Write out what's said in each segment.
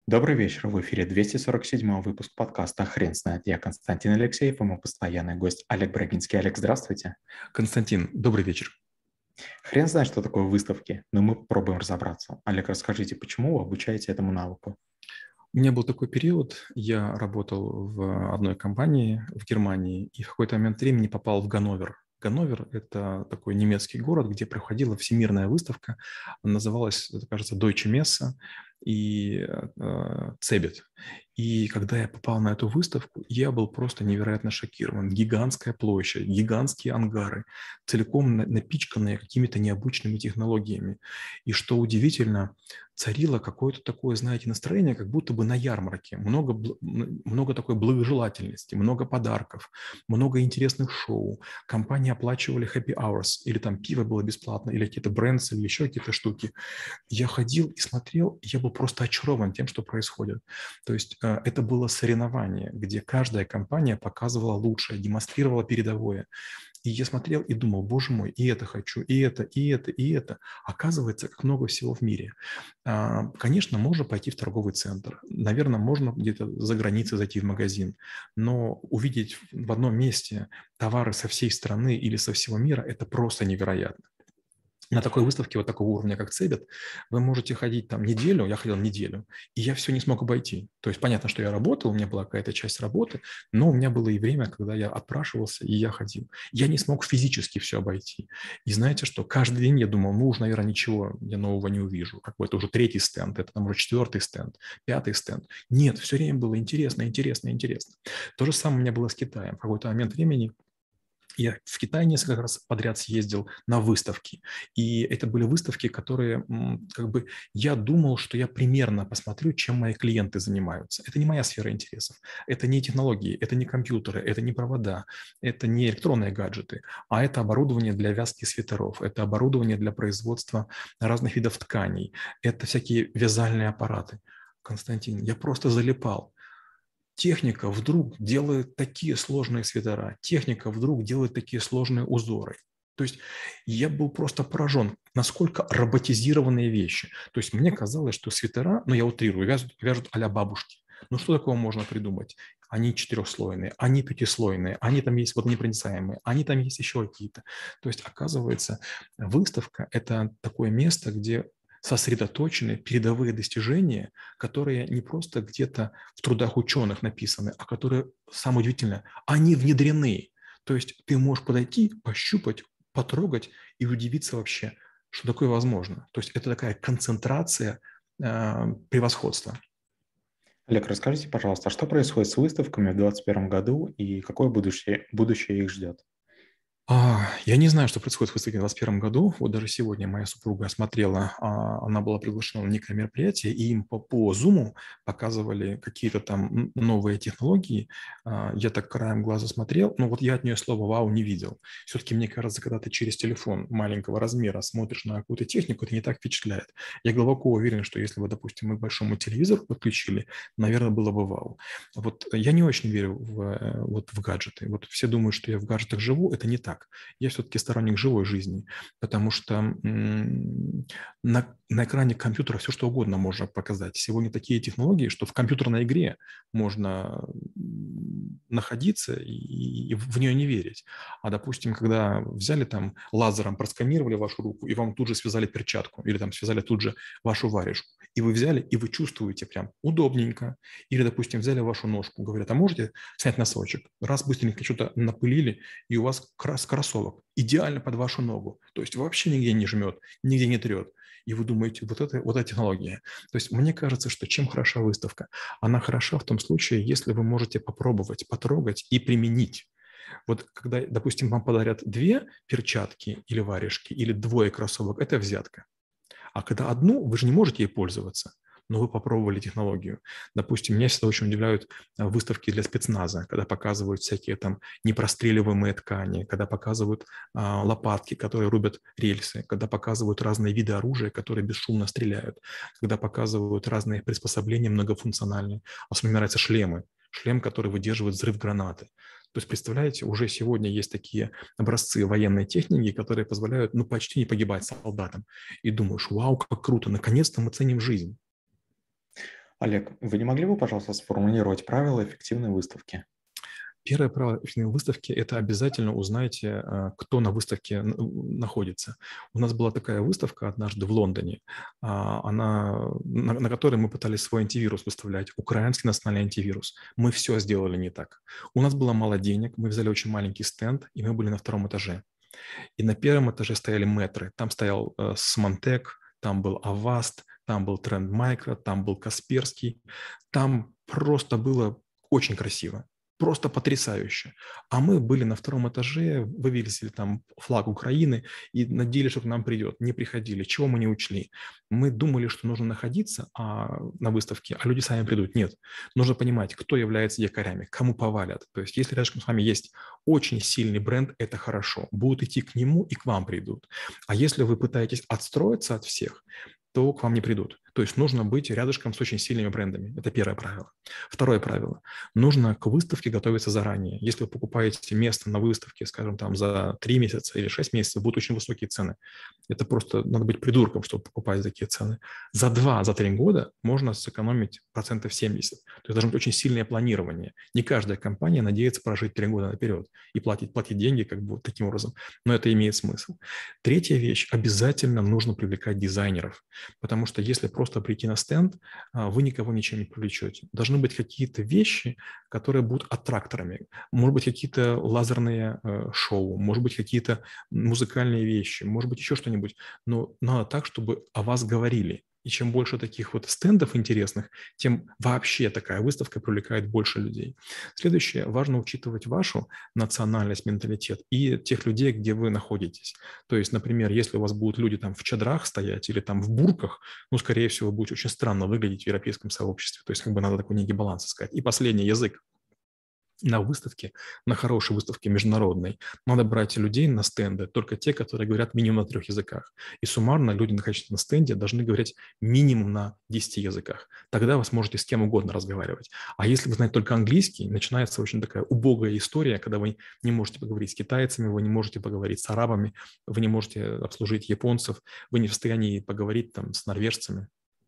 Добрый вечер, в эфире 247 выпуск подкаста «Хрен знает». Я Константин Алексеев и мой постоянный гость Олег Брагинский. Олег, здравствуйте. Константин, добрый вечер. Хрен знает, что такое выставки, но мы попробуем разобраться. Олег, расскажите, почему вы обучаете этому навыку? У меня был такой период, я работал в одной компании в Германии и в какой-то момент времени попал в Ганновер. Ганновер – это такой немецкий город, где проходила всемирная выставка. Она называлась, это, кажется, Deutsche Messe и Cebit. И когда я попал на эту выставку, я был просто невероятно шокирован. Гигантская площадь, гигантские ангары, целиком напичканные какими-то необычными технологиями. И что удивительно, царило какое-то такое, знаете, настроение, как будто бы на ярмарке. Много такой благожелательности, много подарков, много интересных шоу. Компании оплачивали happy hours, или там пиво было бесплатно, или какие-то брендсы, или еще какие-то штуки. Я ходил и смотрел, я был просто очарован тем, что происходит. То есть это было соревнование, где каждая компания показывала лучшее, демонстрировала передовое. И я смотрел и думал, боже мой, и это хочу, и это, и это, и это. Оказывается, как много всего в мире. Конечно, можно пойти в торговый центр. Наверное, можно где-то за границей зайти в магазин. Но увидеть в одном месте товары со всей страны или со всего мира – это просто невероятно. На такой выставке вот такого уровня, как Цебет, вы можете ходить там неделю, я ходил неделю, и я все не смог обойти. То есть понятно, что я работал, у меня была какая-то часть работы, но у меня было и время, когда я отпрашивался, и я ходил. Я не смог физически все обойти. И знаете что, каждый день я думал, ну уж, наверное, ничего я нового не увижу. Как бы это уже третий стенд, это там уже четвертый стенд, пятый стенд. Нет, все время было интересно, интересно, интересно. То же самое у меня было с Китаем. В какой-то момент времени я в Китай несколько раз подряд съездил на выставки. И это были выставки, которые как бы я думал, что я примерно посмотрю, чем мои клиенты занимаются. Это не моя сфера интересов. Это не технологии, это не компьютеры, это не провода, это не электронные гаджеты, а это оборудование для вязки свитеров, это оборудование для производства разных видов тканей, это всякие вязальные аппараты. Константин, я просто залипал. Техника вдруг делает такие сложные свитера, техника вдруг делает такие сложные узоры. То есть я был просто поражен, насколько роботизированные вещи. То есть мне казалось, что свитера, ну я утрирую, вяжут а-ля бабушки. Ну что такого можно придумать? Они четырехслойные, они пятислойные, они там есть водонепроницаемые, они там есть еще какие-то. То есть оказывается, выставка – это такое место, где сосредоточены передовые достижения, которые не просто где-то в трудах ученых написаны, а которые, самое удивительное, они внедрены. То есть ты можешь подойти, пощупать, потрогать и удивиться вообще, что такое возможно. То есть это такая концентрация превосходства. Олег, расскажите, пожалуйста, а что происходит с выставками в 2021 году и какое будущее их ждет? Я не знаю, что происходит в выставке в 2021 году. Вот даже сегодня моя супруга смотрела, она была приглашена на некое мероприятие, и им по Zoom показывали какие-то там новые технологии. Я так краем глаза смотрел, но вот я от нее слова «вау» не видел. Все-таки, мне кажется, когда ты через телефон маленького размера смотришь на какую-то технику, это не так впечатляет. Я глубоко уверен, что если бы, допустим, мы к большому телевизору подключили, наверное, было бы «вау». Вот я не очень верю вот в гаджеты. Вот все думают, что я в гаджетах живу, это не так. Я все-таки сторонник живой жизни, потому что на экране компьютера все что угодно можно показать. Сегодня такие технологии, что в компьютерной игре можно находиться и в нее не верить. А, допустим, когда взяли там лазером, просканировали вашу руку, и вам тут же связали перчатку, или там связали тут же вашу варежку, и вы взяли, и вы чувствуете прям удобненько. Или, допустим, взяли вашу ножку, говорят, а можете снять носочек? Раз быстренько что-то напылили, и у вас кроссовок идеально под вашу ногу. То есть вообще нигде не жмет, нигде не трет. И вы думаете, вот эта технология. То есть мне кажется, что чем хороша выставка? Она хороша в том случае, если вы можете попробовать, потрогать и применить. Вот когда, допустим, вам подарят две перчатки или варежки, или двое кроссовок, это взятка. А когда одну, вы же не можете ей пользоваться, но вы попробовали технологию. Допустим, меня всегда очень удивляют выставки для спецназа, когда показывают всякие там непростреливаемые ткани, когда показывают лопатки, которые рубят рельсы, когда показывают разные виды оружия, которые бесшумно стреляют, когда показывают разные приспособления многофункциональные. Особенно мне нравятся шлемы. Шлем, который выдерживает взрыв гранаты. То есть, представляете, уже сегодня есть такие образцы военной техники, которые позволяют почти не погибать солдатам. И думаешь, вау, как круто, наконец-то мы ценим жизнь. Олег, вы не могли бы, пожалуйста, сформулировать правила эффективной выставки? Первое правило эффективной выставки – это обязательно узнайте, кто на выставке находится. У нас была такая выставка однажды в Лондоне, на которой мы пытались свой антивирус выставлять, украинский национальный антивирус. Мы все сделали не так. У нас было мало денег, мы взяли очень маленький стенд, и мы были на втором этаже. И на первом этаже стояли метры. Там стоял Symantec, там был Avast, там был Trend Micro, там был Касперский. Там просто было очень красиво. Просто потрясающе. А мы были на втором этаже, вывесили там флаг Украины и надеялись, что к нам придет. Не приходили. Чего мы не учли? Мы думали, что нужно находиться на выставке, а люди сами придут. Нет. Нужно понимать, кто является якорями, кому повалят. То есть если рядом с вами есть очень сильный бренд, это хорошо. Будут идти к нему и к вам придут. А если вы пытаетесь отстроиться от всех, то к вам не придут. То есть нужно быть рядышком с очень сильными брендами. Это первое правило. Второе правило. Нужно к выставке готовиться заранее. Если вы покупаете место на выставке, скажем, там за 3 месяца или 6 месяцев, будут очень высокие цены. Это просто надо быть придурком, чтобы покупать такие цены. За 2-3 года можно сэкономить 70%. То есть должно быть очень сильное планирование. Не каждая компания надеется прожить 3 года наперед и платить деньги как бы вот таким образом. Но это имеет смысл. Третья вещь. Обязательно нужно привлекать дизайнеров. Потому что если просто прийти на стенд, вы никого ничем не привлечете. Должны быть какие-то вещи, которые будут аттракторами. Может быть, какие-то лазерные шоу, может быть, какие-то музыкальные вещи, может быть, еще что-нибудь. Но надо так, чтобы о вас говорили. И чем больше таких вот стендов интересных, тем вообще такая выставка привлекает больше людей. Следующее, важно учитывать вашу национальность, менталитет и тех людей, где вы находитесь. То есть, например, если у вас будут люди там в чадрах стоять или там в бурках, ну, скорее всего, будет очень странно выглядеть в европейском сообществе. То есть, как бы надо такой некий баланс искать. И последний, язык. На выставке, на хорошей выставке международной, надо брать людей на стенды, только те, которые говорят минимум на 3 языках. И суммарно люди, находящиеся на стенде, должны говорить минимум на 10 языках. Тогда вы сможете с кем угодно разговаривать. А если вы знаете только английский, начинается очень такая убогая история, когда вы не можете поговорить с китайцами, вы не можете поговорить с арабами, вы не можете обслужить японцев, вы не в состоянии поговорить там с норвежцами.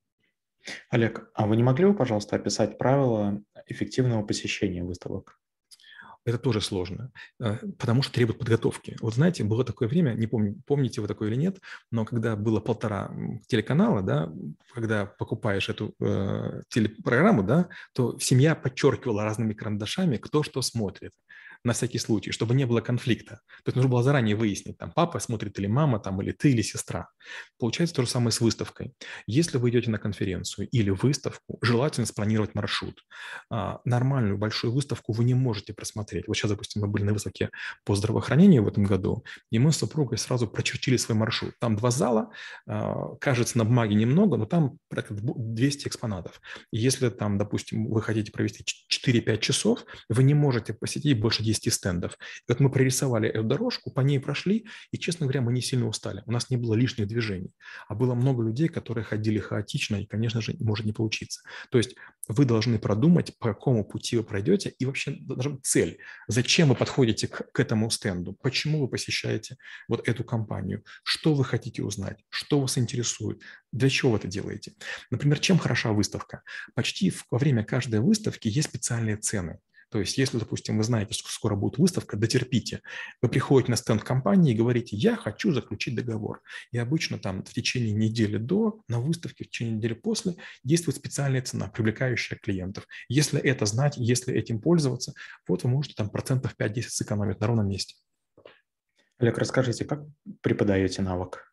Олег, а вы не могли бы, пожалуйста, описать правила эффективного посещения выставок? Это тоже сложно, потому что требует подготовки. Вот знаете, было такое время, не помню, помните вы такое или нет, но когда было 1,5 телеканала, да, когда покупаешь эту телепрограмму, да, то семья подчеркивала разными карандашами, кто что смотрит, на всякий случай, чтобы не было конфликта. То есть нужно было заранее выяснить, там папа смотрит или мама, там, или ты, или сестра. Получается то же самое с выставкой. Если вы идете на конференцию или выставку, желательно спланировать маршрут. Нормальную большую выставку вы не можете просмотреть. Вот сейчас, допустим, мы были на выставке по здравоохранению в этом году, и мы с супругой сразу прочертили свой маршрут. Там 2 зала, кажется, на бумаге немного, но там 200 экспонатов. И если там, допустим, вы хотите провести 4-5 часов, вы не можете посетить больше 10 стендов. И вот мы прорисовали эту дорожку, по ней прошли, и, честно говоря, мы не сильно устали. У нас не было лишних движений, а было много людей, которые ходили хаотично, и, конечно же, может не получиться. То есть вы должны продумать, по какому пути вы пройдете, и вообще должна быть цель. Зачем вы подходите к этому стенду? Почему вы посещаете вот эту компанию? Что вы хотите узнать? Что вас интересует? Для чего вы это делаете? Например, чем хороша выставка? Почти во время каждой выставки есть специальные цены. То есть, если, допустим, вы знаете, что скоро будет выставка, дотерпите. Вы приходите на стенд компании и говорите, я хочу заключить договор. И обычно там в течение недели до, на выставке, в течение недели после действует специальная цена, привлекающая клиентов. Если это знать, если этим пользоваться, вот вы можете там 5-10% сэкономить на ровном месте. Олег, расскажите, как преподаете навык?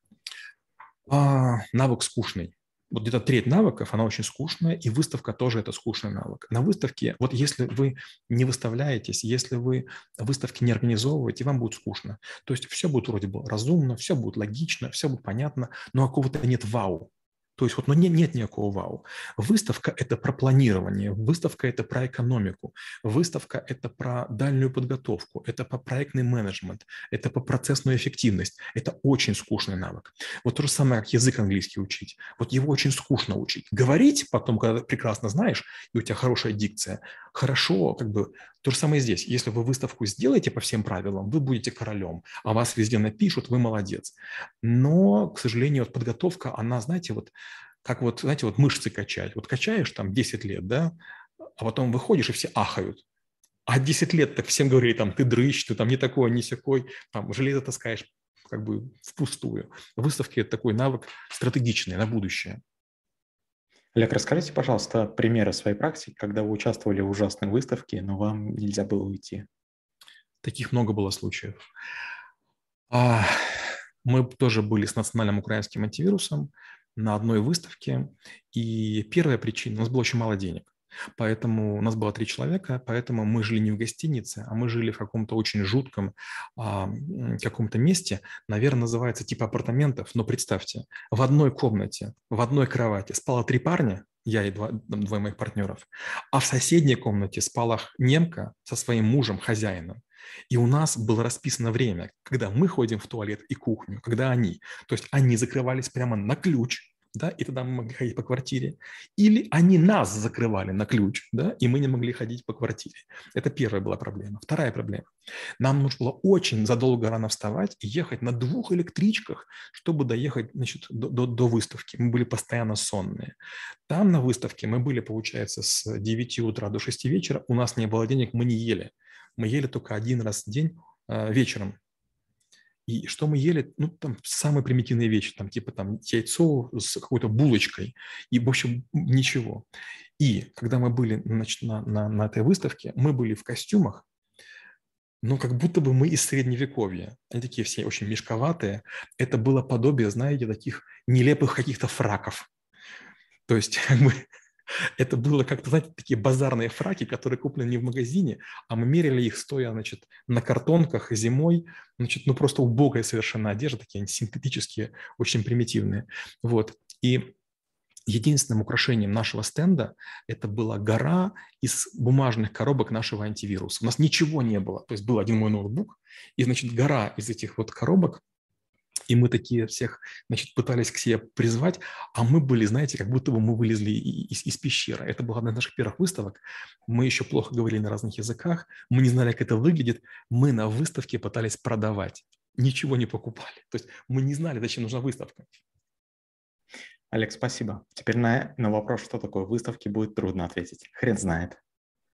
Навык скучный. Вот где-то треть навыков, она очень скучная, и выставка тоже это скучный навык. На выставке, вот если вы не выставляетесь, если вы выставки не организовываете, вам будет скучно. То есть все будет вроде бы разумно, все будет логично, все будет понятно, но какого-то нет вау. То есть вот, но нет никакого вау. Выставка – это про планирование, выставка – это про экономику, выставка – это про дальнюю подготовку, это про проектный менеджмент, это про процессную эффективность. Это очень скучный навык. Вот то же самое, как язык английский учить. Вот его очень скучно учить. Говорить потом, когда ты прекрасно знаешь, и у тебя хорошая дикция, хорошо, как бы то же самое здесь. Если вы выставку сделаете по всем правилам, вы будете королем, а вас везде напишут, вы молодец. Но, к сожалению, подготовка, она, знаете, вот как вот, знаете, вот мышцы качать. Вот качаешь там 10 лет, да, а потом выходишь, и все ахают. А 10 лет так всем говорили, там, ты дрыщ, ты там не такой, не сякой, там, железо таскаешь как бы впустую. Выставки – это такой навык стратегичный на будущее. Олег, расскажите, пожалуйста, примеры своей практики, когда вы участвовали в ужасной выставке, но вам нельзя было уйти. Таких много было случаев. Мы тоже были с национальным украинским антивирусом на одной выставке, и первая причина – у нас было очень мало денег. Поэтому у нас было 3 человека, поэтому мы жили не в гостинице, а мы жили в каком-то очень жутком каком-то месте, наверное, называется типа апартаментов, но представьте, в одной комнате, в одной кровати спало 3 парня, я и двое моих партнеров, а в соседней комнате спала немка со своим мужем, хозяином. И у нас было расписано время, когда мы ходим в туалет и кухню, когда они. То есть они закрывались прямо на ключ, да, и тогда мы могли ходить по квартире. Или они нас закрывали на ключ, да, и мы не могли ходить по квартире. Это первая была проблема. Вторая проблема. Нам нужно было очень задолго рано вставать и ехать на 2 электричках, чтобы доехать, значит, до выставки. Мы были постоянно сонные. Там на выставке мы были, получается, с 9 утра до 6 вечера. У нас не было денег, мы не ели. Мы ели только 1 раз в день вечером. И что мы ели? Ну, там самые примитивные вещи, там типа там яйцо с какой-то булочкой. И, в общем, ничего. И когда мы были, значит, на этой выставке, мы были в костюмах, но как будто бы мы из Средневековья. Они такие все очень мешковатые. Это было подобие, знаете, таких нелепых каких-то фраков. То есть как бы это было как-то, знаете, такие базарные фраки, которые куплены не в магазине, а мы мерили их стоя, значит, на картонках зимой, значит, ну просто убогая совершенно одежда, такие они синтетические, очень примитивные. Вот. И единственным украшением нашего стенда это была гора из бумажных коробок нашего антивируса. У нас ничего не было. То есть был один мой ноутбук, и, значит, гора из этих вот коробок. И мы такие всех, значит, пытались к себе призвать, а мы были, знаете, как будто бы мы вылезли из пещеры. Это была одна из наших первых выставок. Мы еще плохо говорили на разных языках, мы не знали, как это выглядит. Мы на выставке пытались продавать, ничего не покупали. То есть мы не знали, зачем нужна выставка. Олег, спасибо. Теперь на вопрос, что такое выставки, будет трудно ответить. Хрен знает.